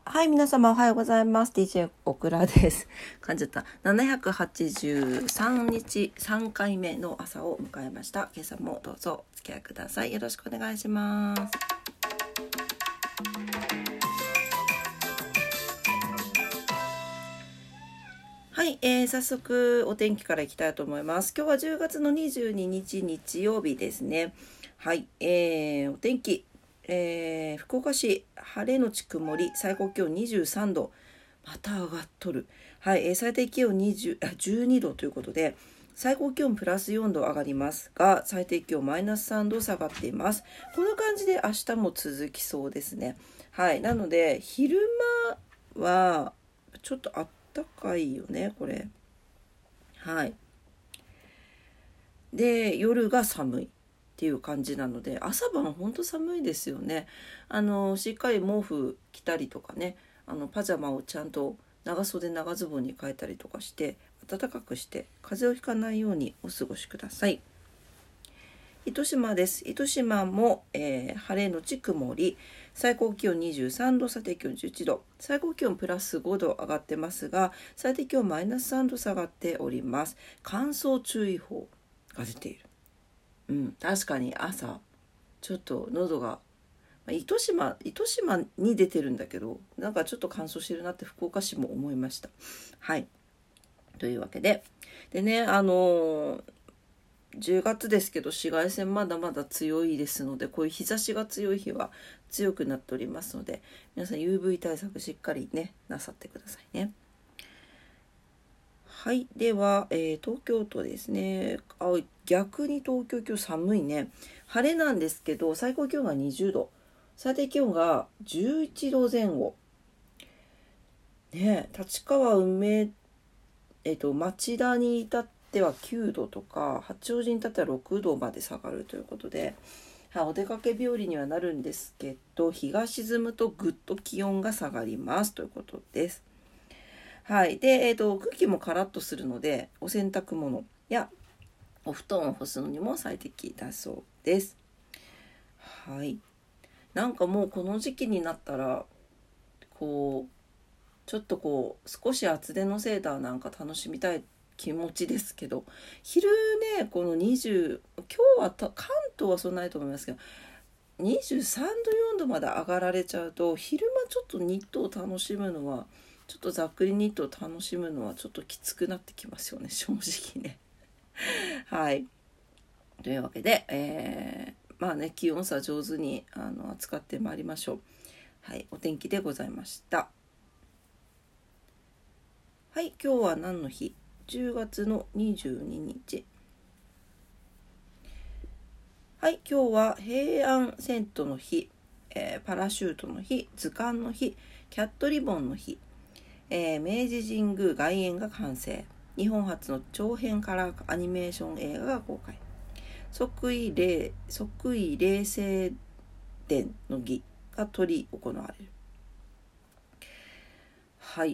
はい、皆様おはようございます。DJ オクラです。噛んじゃった。783日3回目の朝を迎えました。今朝もどうぞお付き合いください。よろしくお願いします。はい、早速お天気からいきたいと思います。今日は10月の22日日曜日ですね。はい、お天気。福岡市晴れのち曇り、最高気温23度、また上がっとる。はい、最低気温12度ということで、最高気温プラス4度上がりますが、最低気温マイナス3度下がっています。こんな感じで明日も続きそうですね。はい、なので昼間はちょっと暖かいよね、これ。はい。で、夜が寒いっていう感じなので、朝晩ほんと寒いですよね。しっかり毛布着たりとかね、パジャマをちゃんと長袖長ズボンに変えたりとかして暖かくして風邪をひかないようにお過ごしください。糸島です。糸島も、晴れのち曇り、最高気温23度、最低気温11度、最高気温プラス5度上がってますが、最低気温マイナス3度下がっております。乾燥注意報が出ている。確かに朝ちょっと喉が糸島に出てるんだけど、なんかちょっと乾燥してるなって福岡市も思いました。はい。というわけでね、10月ですけど紫外線まだまだ強いですので、こういう日差しが強い日は強くなっておりますので、皆さん UV 対策しっかりねなさってくださいね。はい、では、東京都ですね。逆に東京今日寒いね。晴れなんですけど最高気温が20度、最低気温が11度前後ね。立川町田に至っては9度とか、八王子に至っては6度まで下がるということで、お出かけ日和にはなるんですけど、日が沈むとぐっと気温が下がりますということです。はい。で、空気もカラッとするので、お洗濯物やお布団を干すのにも最適だそうです。はい。なんかもうこの時期になったら、ちょっと少し厚手のセーターなんか楽しみたい気持ちですけど、昼ね、この20、今日は関東はそんなにと思いますけど、23度4度まで上がられちゃうと、昼間ちょっとニットを楽しむのは、ちょっとざっくりニットを楽しむのはちょっときつくなってきますよね、正直ね。はい。というわけで、まあね、気温差上手に扱ってまいりましょう。はい、お天気でございました。はい、今日は何の日？10月の22日。はい、今日は平安セントの日、パラシュートの日、図鑑の日、キャットリボンの日、明治神宮外苑が完成、日本初の長編カラーアニメーション映画が公開、即位礼正殿の儀が執り行われる。はい。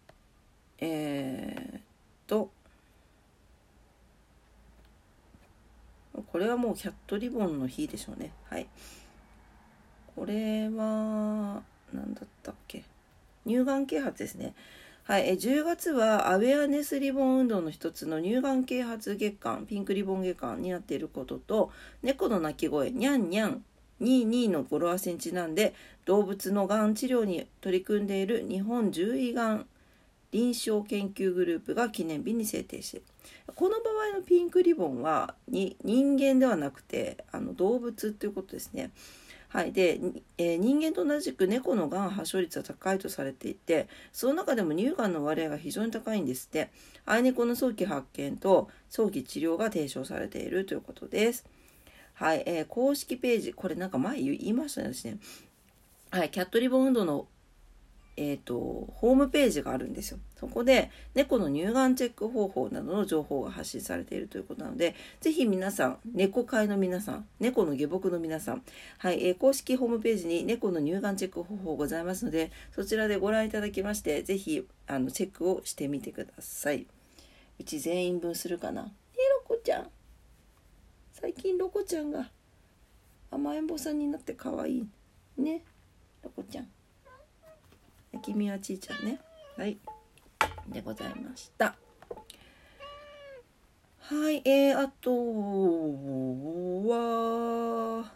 これはもうキャットリボンの日でしょうね。はい。これは何だったっけ？乳がん啓発ですね。はい、10月はアウェアネスリボン運動の一つの乳がん啓発月間、ピンクリボン月間になっていることと、猫の鳴き声ニャンニャン22の語呂合わせにちなんで、動物のがん治療に取り組んでいる日本獣医がん臨床研究グループが記念日に制定している。この場合のピンクリボンは人間ではなくて動物ということですね。はい。で、人間と同じく猫のがん発症率は高いとされていて、その中でも乳がんの割合が非常に高いんですって。愛猫の早期発見と早期治療が提唱されているということです。はい。公式ページ、これなんか前言いましたね、私ね。はい。キャットリボン運動のホームページがあるんですよ。そこで猫の乳がんチェック方法などの情報が発信されているということなので、ぜひ皆さん、猫界の皆さん、猫の下僕の皆さん、はい、公式ホームページに猫の乳がんチェック方法ございますので、そちらでご覧いただきまして、ぜひチェックをしてみてください。うち全員分するかな。ロコちゃん。最近ロコちゃんが甘えん坊さんになって可愛いね。ロコちゃん。 君はちいちゃんね。はい。でございました。はい、あとは、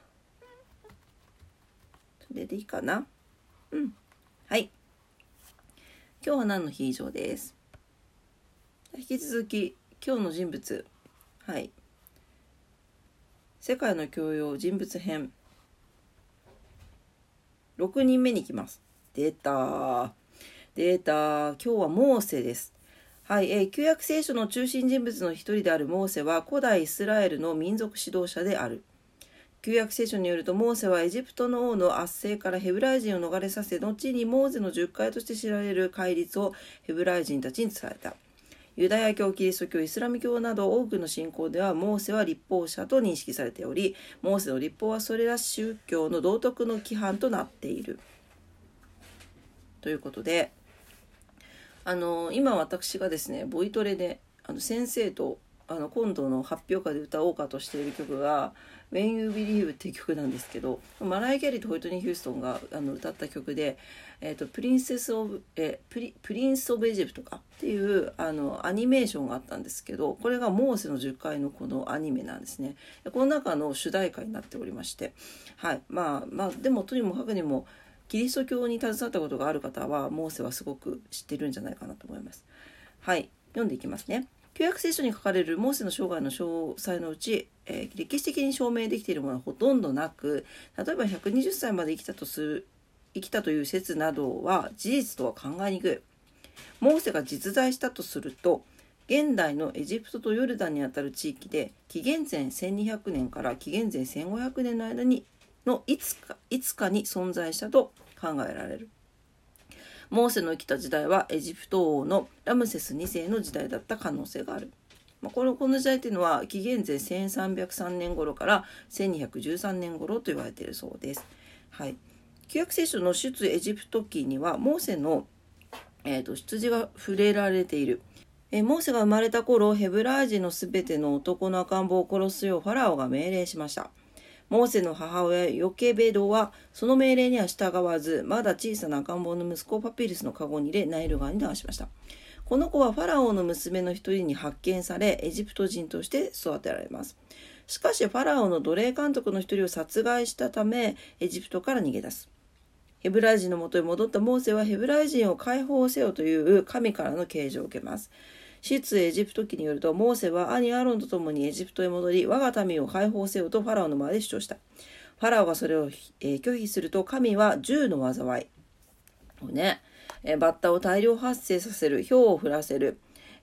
それでいいかな。はい。今日は何の日以上です。引き続き、今日の人物。はい。世界の教養人物編。6人目に行きます。出た。今日はモーセです。はい、旧約聖書の中心人物の一人であるモーセは古代イスラエルの民族指導者である。旧約聖書によるとモーセはエジプトの王の圧政からヘブライ人を逃れさせ、後にモーゼの十戒として知られる戒律をヘブライ人たちに伝えた。ユダヤ教、キリスト教、イスラム教など多くの信仰ではモーセは律法者と認識されており、モーセの律法はそれら宗教の道徳の規範となっている。ということで、今私がですねボイトレで先生と今度の発表会で歌おうかとしている曲が When You Believe っていう曲なんですけど、マライア・キャリーとホイットニー・ヒューストンが歌った曲で、プリンス・オブ・エジプトかっていうアニメーションがあったんですけど、これがモーセの10回のこのアニメなんですね。この中の主題歌になっておりまして、はい、まあでもとにもかくにもキリスト教に携わったことがある方はモーセはすごく知ってるんじゃないかなと思います。はい、読んでいきますね。旧約聖書に書かれるモーセの生涯の詳細のうち、歴史的に証明できているものはほとんどなく、例えば120歳まで生きたという説などは事実とは考えにくい。モーセが実在したとすると、現代のエジプトとヨルダンにあたる地域で紀元前1200年から紀元前1500年の間にのいつかに存在したと考えられる。モーセの生きた時代はエジプト王のラムセス2世の時代だった可能性がある。この時代というのは紀元前1303年頃から1213年頃と言われているそうです。はい、旧約聖書の出エジプト記にはモーセの、出自が触れられている。モーセが生まれた頃、ヘブライ人のすべての男の赤ん坊を殺すようファラオが命令しました。モーセの母親ヨケベドはその命令には従わず、まだ小さな赤ん坊の息子をパピルスの籠に入れナイル川に流しました。この子はファラオの娘の一人に発見され、エジプト人として育てられます。しかしファラオの奴隷監督の一人を殺害したため、エジプトから逃げ出す。ヘブライ人のもとへ戻ったモーセはヘブライ人を解放せよという神からの啓示を受けます。出エジプト記によると、モーセは兄アロンと共にエジプトへ戻り、我が民を解放せよとファラオの前で主張した。ファラオがそれを、拒否すると、神は10の災いをね、バッタを大量発生させる、雹を降らせる、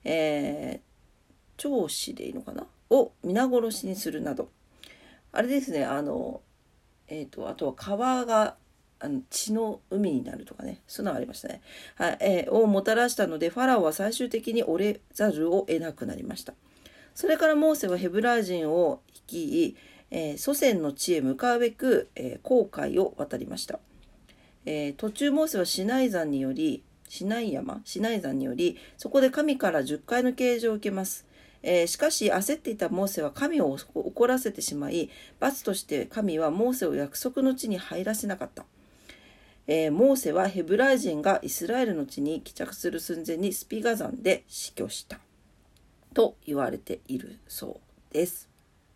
長子でいいのかなを皆殺しにするなど、あれですね、あとは川が血の海になるとかね、そんなのありましたね。はい、をもたらしたので、ファラオは最終的に折れざるを得なくなりました。それからモーセはヘブライ人を率い、祖先の地へ向かうべく、航海を渡りました。途中モーセはシナイ山により、そこで神から10回の啓示を受けます。しかし焦っていたモーセは神を怒らせてしまい、罰として神はモーセを約束の地に入らせなかった。モーセはヘブライ人がイスラエルの地に帰着する寸前にスピガ山で死去したと言われているそうです。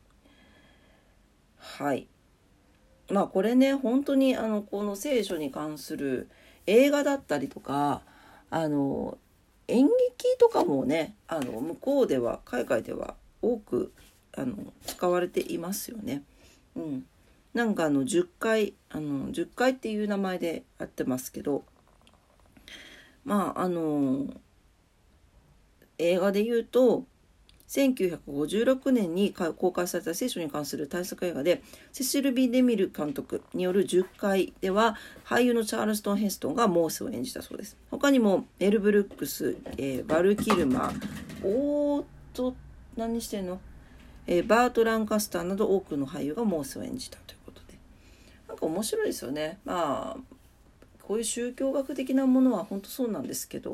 はい。これね、本当にこの聖書に関する映画だったりとか、演劇とかもね、向こうでは海外では多く使われていますよね。なんか10回っていう名前でやってますけど、映画で言うと1956年に公開された聖書に関する大作映画で、セシル・ビ・デミル監督による10回では俳優のチャールストン・ヘストンがモーセを演じたそうです。他にもエル・ブルックス、バル・キルマー、何してんの、バート・ランカスターなど多くの俳優がモーセを演じたということで、なんか面白いですよね。こういう宗教学的なものは本当そうなんですけど、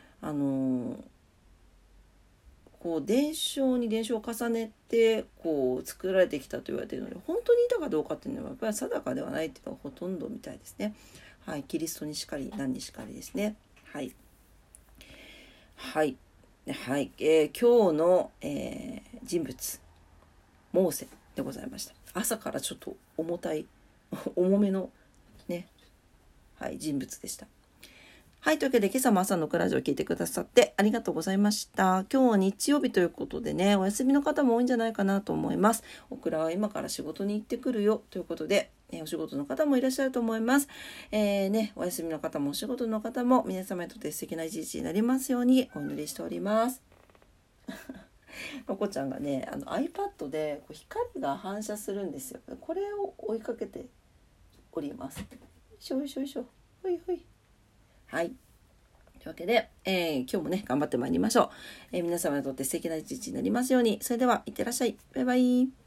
伝承に伝承を重ねて作られてきたと言われているので、本当にいたかどうかっていうのはやっぱり定かではないっていうのがほとんどみたいですね。 はい、キリストにしかり何にしかりですね。はい。はい。はい。今日の、人物、モーセでございました。朝からちょっと重たい、重めのね、はい、人物でした。はい。というわけで、今朝も朝のクラジオを聞いてくださってありがとうございました。今日は日曜日ということでね、お休みの方も多いんじゃないかなと思います。オクラは今から仕事に行ってくるよということで、お仕事の方もいらっしゃると思います。お休みの方もお仕事の方も皆様にとって素敵な一日になりますようにお祈りしております。ロコちゃんがね、iPad で光が反射するんですよ。これを追いかけております。しょいしょいしょ。ほいほい。はい。というわけで、今日もね、頑張ってまいりましょう。皆様にとって素敵な一日になりますように。それでは、いってらっしゃい。バイバイ。